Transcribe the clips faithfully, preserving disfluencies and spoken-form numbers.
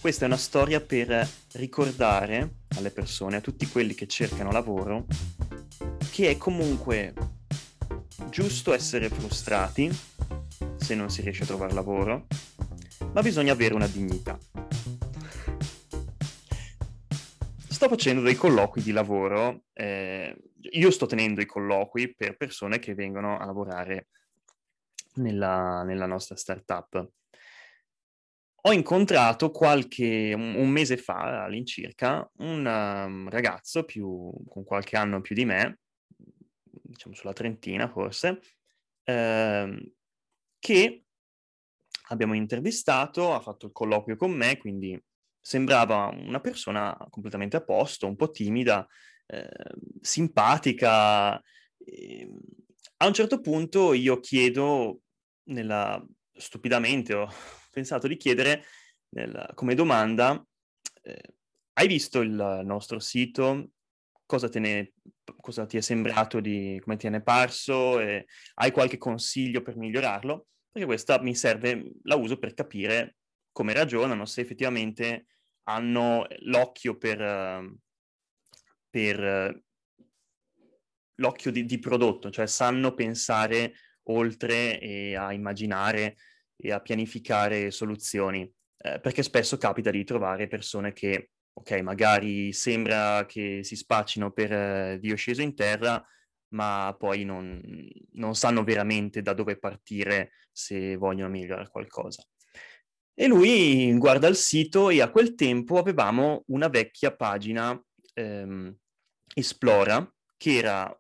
Questa è una storia per ricordare alle persone, a tutti quelli che cercano lavoro, che è comunque giusto essere frustrati se non si riesce a trovare lavoro, ma bisogna avere una dignità. Sto facendo dei colloqui di lavoro, eh, io sto tenendo i colloqui per persone che vengono a lavorare nella, nella nostra startup. Ho incontrato qualche, un, un mese fa all'incirca, un um, ragazzo più, con qualche anno più di me, diciamo sulla trentina forse, ehm, che abbiamo intervistato, ha fatto il colloquio con me, quindi sembrava una persona completamente a posto, un po' timida, eh, simpatica. E a un certo punto io chiedo, nella... stupidamente ho pensato di chiedere nel... come domanda, eh, hai visto il nostro sito? Cosa te ne... cosa ti è sembrato di... come ti è ne parso? E hai qualche consiglio per migliorarlo? Perché questa mi serve, la uso per capire come ragionano, se effettivamente hanno l'occhio per, eh, per eh, l'occhio di, di prodotto, cioè sanno pensare oltre e a immaginare e a pianificare soluzioni. Eh, perché spesso capita di trovare persone che, ok, magari sembra che si spaccino per eh, Dio sceso in terra, ma poi non, non sanno veramente da dove partire se vogliono migliorare qualcosa. E lui guarda il sito e a quel tempo avevamo una vecchia pagina ehm, Esplora, che era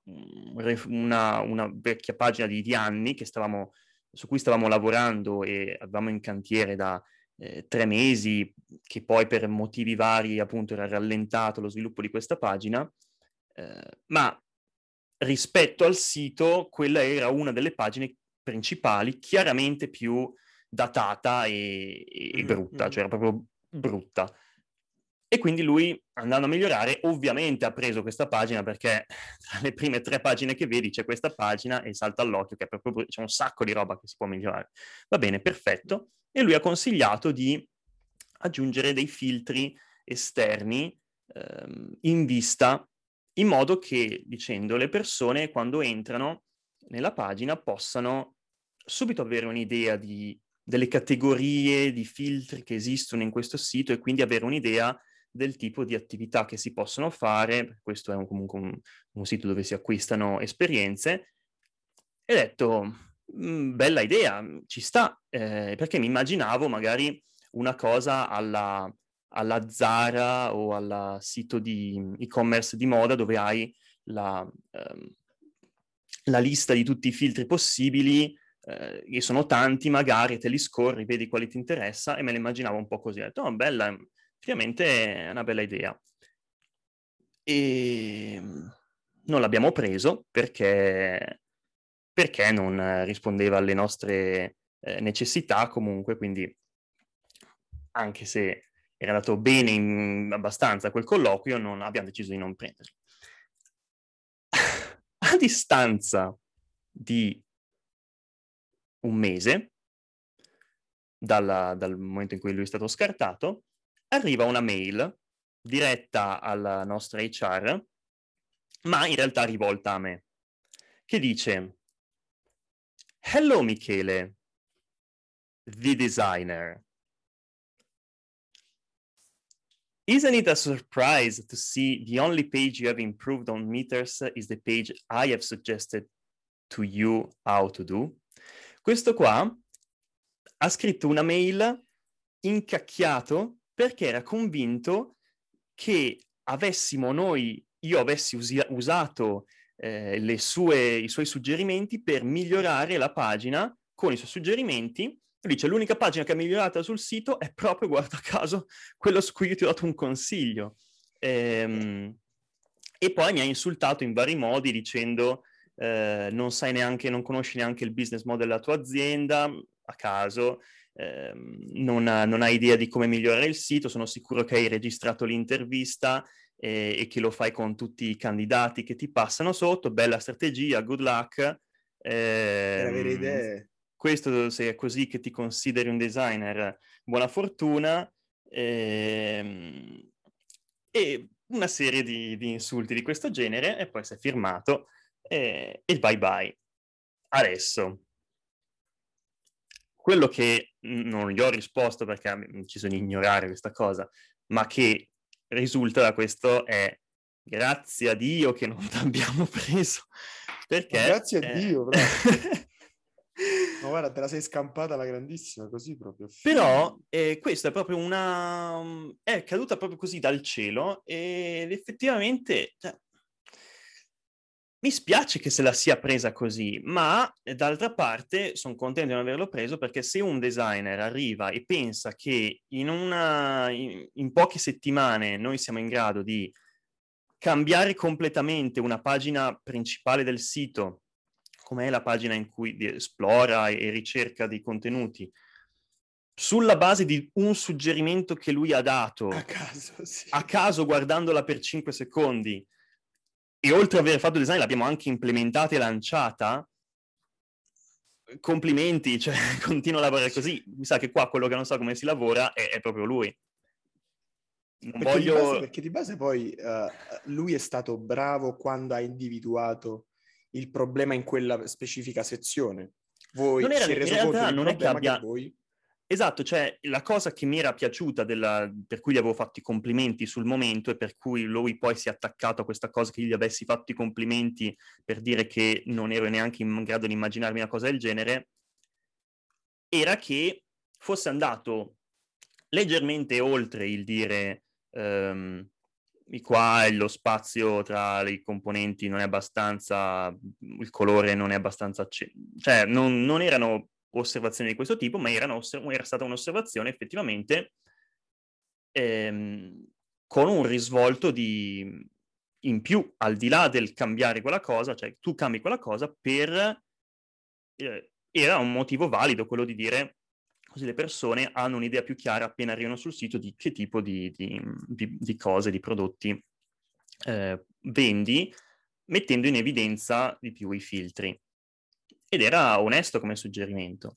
una, una vecchia pagina di, di anni che stavamo, su cui stavamo lavorando e avevamo in cantiere da eh, tre mesi, che poi per motivi vari appunto era rallentato lo sviluppo di questa pagina, eh, ma rispetto al sito quella era una delle pagine principali, chiaramente più datata e, e Mh-mh, brutta, mh-mh. cioè era proprio brutta. E quindi lui, andando a migliorare, ovviamente ha preso questa pagina perché tra le prime tre pagine che vedi c'è questa pagina e salta all'occhio che è proprio, c'è un sacco di roba che si può migliorare. Va bene, perfetto. E lui ha consigliato di aggiungere dei filtri esterni ehm, in vista, in modo che, dicendo, le persone quando entrano nella pagina possano subito avere un'idea di, delle categorie di filtri che esistono in questo sito e quindi avere un'idea del tipo di attività che si possono fare. Questo è un, comunque un, un sito dove si acquistano esperienze. E ho detto, "Mm, bella idea, ci sta, eh, perché mi immaginavo magari una cosa alla, alla Zara o al sito di e-commerce di moda dove hai la, ehm, la lista di tutti i filtri possibili, eh, che sono tanti magari, te li scorri, vedi quali ti interessa, e me le immaginavo un po' così. Ho detto, oh, bella, effettivamente è una bella idea. E non l'abbiamo preso perché, perché non rispondeva alle nostre eh, necessità comunque, quindi anche se era andato bene in, abbastanza quel colloquio, non, abbiamo deciso di non prenderlo. A distanza di un mese dalla, dal momento in cui lui è stato scartato, arriva una mail diretta alla nostra H R, ma in realtà rivolta a me, che dice: Hello Michele, the designer. Isn't it a surprise to see the only page you have improved on meters is the page I have suggested to you how to do? Questo qua ha scritto una mail incacchiato perché era convinto che avessimo noi, io avessi usi- usato eh, le sue, i suoi suggerimenti per migliorare la pagina con i suoi suggerimenti. Lui dice, l'unica pagina che è migliorata sul sito è proprio, guarda caso, quello su cui io ti ho dato un consiglio. Ehm, e poi mi ha insultato in vari modi dicendo eh, non sai neanche, non conosci neanche il business model della tua azienda, a caso, eh, non, ha, non hai idea di come migliorare il sito, sono sicuro che hai registrato l'intervista e, e che lo fai con tutti i candidati che ti passano sotto, bella strategia, good luck. Per avere Eh, idee. questo, se è così che ti consideri un designer, buona fortuna. ehm, e una serie di, di insulti di questo genere, e poi si è firmato e, e bye bye. Adesso, quello che non gli ho risposto perché mi deciso di ignorare questa cosa, ma che risulta da questo è grazie a Dio che non t'abbiamo preso, perché... Ma grazie a eh... Dio, bravo. Ma guarda, te la sei scampata alla grandissima, così proprio. Però eh, questa è proprio una... è caduta proprio così dal cielo ed effettivamente... Cioè, mi spiace che se la sia presa così, ma eh, d'altra parte sono contento di non averlo preso, perché se un designer arriva e pensa che in, una, in, in poche settimane noi siamo in grado di cambiare completamente una pagina principale del sito, come è la pagina in cui esplora e ricerca dei contenuti, sulla base di un suggerimento che lui ha dato, a caso, sì. a caso guardandola per cinque secondi, e oltre ad aver fatto il design l'abbiamo anche implementata e lanciata, complimenti, cioè continua a lavorare così. Mi sa che qua quello che non sa come si lavora è, è proprio lui. Non perché, voglio... di base, perché di base poi uh, lui è stato bravo quando ha individuato il problema in quella specifica sezione. Voi Non era, si è in reso conto realtà del non è che problema abbia... che voi... Esatto, cioè la cosa che mi era piaciuta, della, per cui gli avevo fatto i complimenti sul momento e per cui lui poi si è attaccato a questa cosa che gli avessi fatto i complimenti per dire che non ero neanche in grado di immaginarmi una cosa del genere, era che fosse andato leggermente oltre il dire ehm, qua lo spazio tra i componenti non è abbastanza, il colore non è abbastanza, cioè non, non erano osservazioni di questo tipo, ma erano, era stata un'osservazione effettivamente ehm, con un risvolto di, in più, al di là del cambiare quella cosa, cioè tu cambi quella cosa per... Eh, era un motivo valido quello di dire così le persone hanno un'idea più chiara appena arrivano sul sito di che tipo di, di, di, di cose, di prodotti eh, vendi, mettendo in evidenza di più i filtri. Ed era onesto come suggerimento.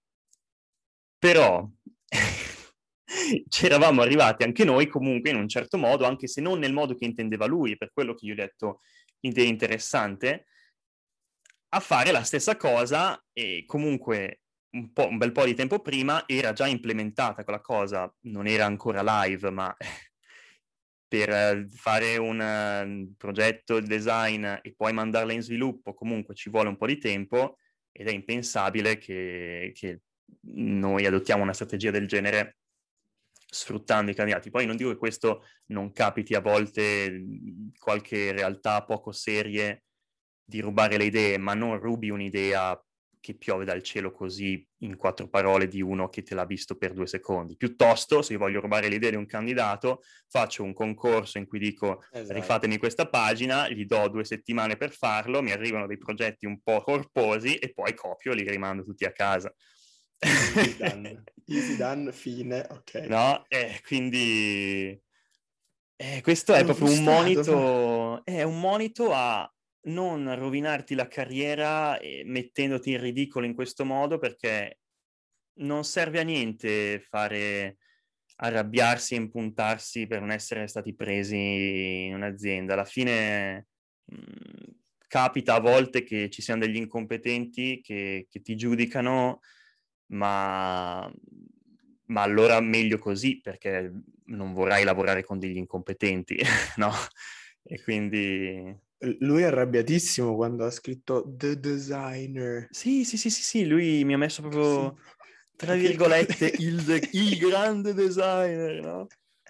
Però ci eravamo arrivati anche noi comunque in un certo modo, anche se non nel modo che intendeva lui, per quello che io ho detto idea interessante, a fare la stessa cosa e comunque un, po', un bel po' di tempo prima era già implementata quella cosa, non era ancora live, ma per fare un uh, progetto di design e poi mandarla in sviluppo comunque ci vuole un po' di tempo ed è impensabile che, che noi adottiamo una strategia del genere sfruttando i candidati. Poi non dico che questo non capiti a volte qualche realtà poco serie di rubare le idee, ma non rubi un'idea che piove dal cielo così in quattro parole di uno che te l'ha visto per due secondi. Piuttosto, se io voglio rubare l'idea di un candidato, faccio un concorso in cui dico Esatto. rifatemi questa pagina, gli do due settimane per farlo, mi arrivano dei progetti un po' corposi e poi copio e li rimando tutti a casa. Easy done, easy done, fine, ok. No? Eh, quindi... Eh, questo è Sono proprio un frustrato, fa... monito, è un monito a non rovinarti la carriera eh, mettendoti in ridicolo in questo modo, perché non serve a niente fare arrabbiarsi e impuntarsi per non essere stati presi in un'azienda. Alla fine mh, capita a volte che ci siano degli incompetenti che, che ti giudicano, ma, ma allora meglio così, perché non vorrai lavorare con degli incompetenti, no? E quindi... Lui è arrabbiatissimo quando ha scritto The Designer. Sì, sì, sì, sì, sì, lui mi ha messo proprio, tra Che virgolette, problemi. il, de- il grande designer, no?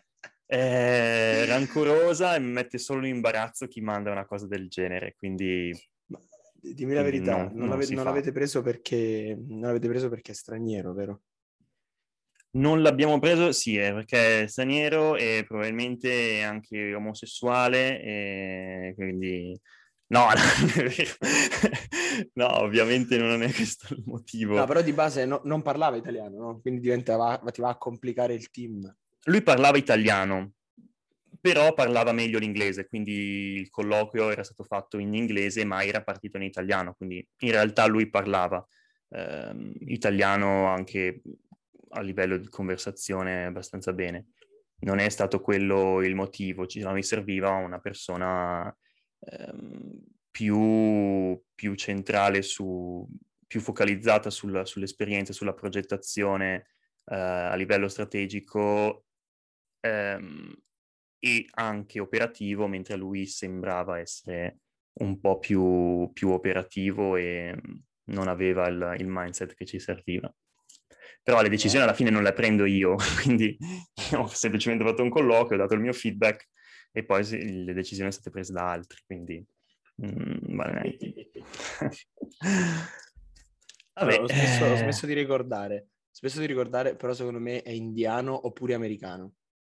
È rancorosa e mi mette solo in imbarazzo chi manda una cosa del genere, quindi, Ma dimmi la quindi verità, non, non, non ave- si non fa. avete preso perché non l'avete preso perché è straniero, vero? Non l'abbiamo preso, sì, eh, perché è straniero e probabilmente anche omosessuale, e quindi... No, no, non è vero. No, ovviamente non è questo il No, motivo. però di base no- non parlava italiano, no? Quindi diventava, ti va a complicare il team. Lui parlava italiano, però parlava meglio l'inglese, quindi il colloquio era stato fatto in inglese, ma era partito in italiano, quindi in realtà lui parlava ehm, italiano anche a livello di conversazione abbastanza bene. non è stato quello il motivo, ci, mi serviva una persona ehm, più, più centrale, su, più focalizzata sul, sull'esperienza, sulla progettazione eh, a livello strategico ehm, e anche operativo, mentre lui sembrava essere un po' più, più operativo e non aveva il, il mindset che ci serviva. Però le decisioni alla fine non le prendo io, quindi ho semplicemente fatto un colloquio, ho dato il mio feedback e poi le decisioni sono state prese da altri, quindi... Mm, vabbè. Vabbè, ho, smesso, ho eh... smesso di ricordare, smesso di ricordare, però secondo me è indiano oppure americano.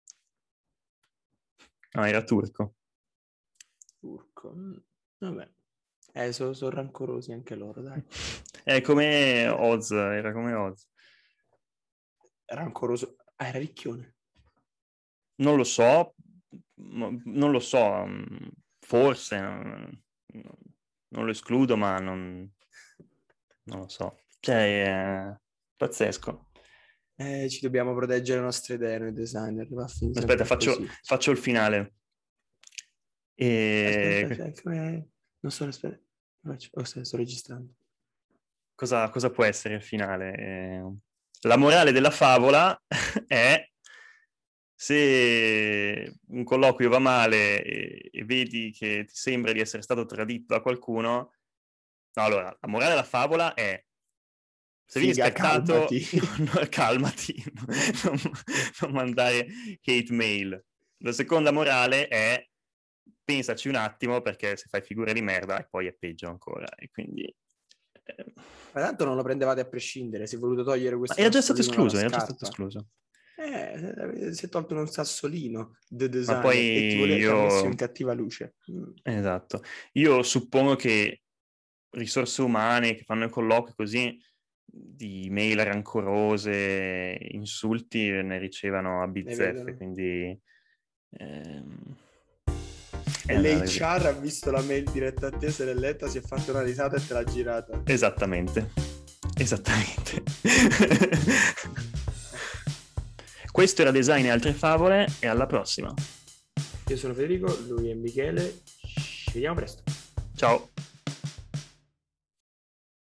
No, era turco. Turco, mm, vabbè. Eh, sono, sono rancorosi anche loro, dai. È come Oz, era come Oz. Rancoroso. Ah, era ricchione. Non lo so, non lo so, forse, non, non lo escludo, ma non, non lo so. Cioè, è pazzesco. Eh, ci dobbiamo proteggere le nostre idee, noi designer. Va a finire Aspetta, faccio, faccio il finale. E... Aspetta, aspetta, come... Non so, aspetta. Oh, sto, sto registrando. Cosa, cosa può essere il finale? Eh, la morale della favola è: se un colloquio va male e, e vedi che ti sembra di essere stato tradito da qualcuno, no, allora, la morale della favola è: se vieni Figa, spezzato, calmati. non, calmati, non, non mandare hate mail. La seconda morale è: pensaci un attimo, perché se fai figure di merda e poi è peggio ancora. E quindi... Eh... Ma tanto non lo prendevate a prescindere, si è voluto togliere questo. Ma era già stato escluso, era già stato escluso. Eh, si è tolto un sassolino the designer, ma poi e ti voleva io... messo in cattiva luce. Mm. Esatto. Io suppongo che risorse umane che fanno i colloqui così, di mail rancorose, insulti, ne ricevano a bizzeffe, quindi... Ehm... E l'H R ha visto la mail diretta a te, se l'è letta, si è fatta una risata e te l'ha girata. Esattamente. Esattamente. Questo era Design e altre favole, e alla prossima. Io sono Federico, lui è Michele, ci vediamo presto. Ciao.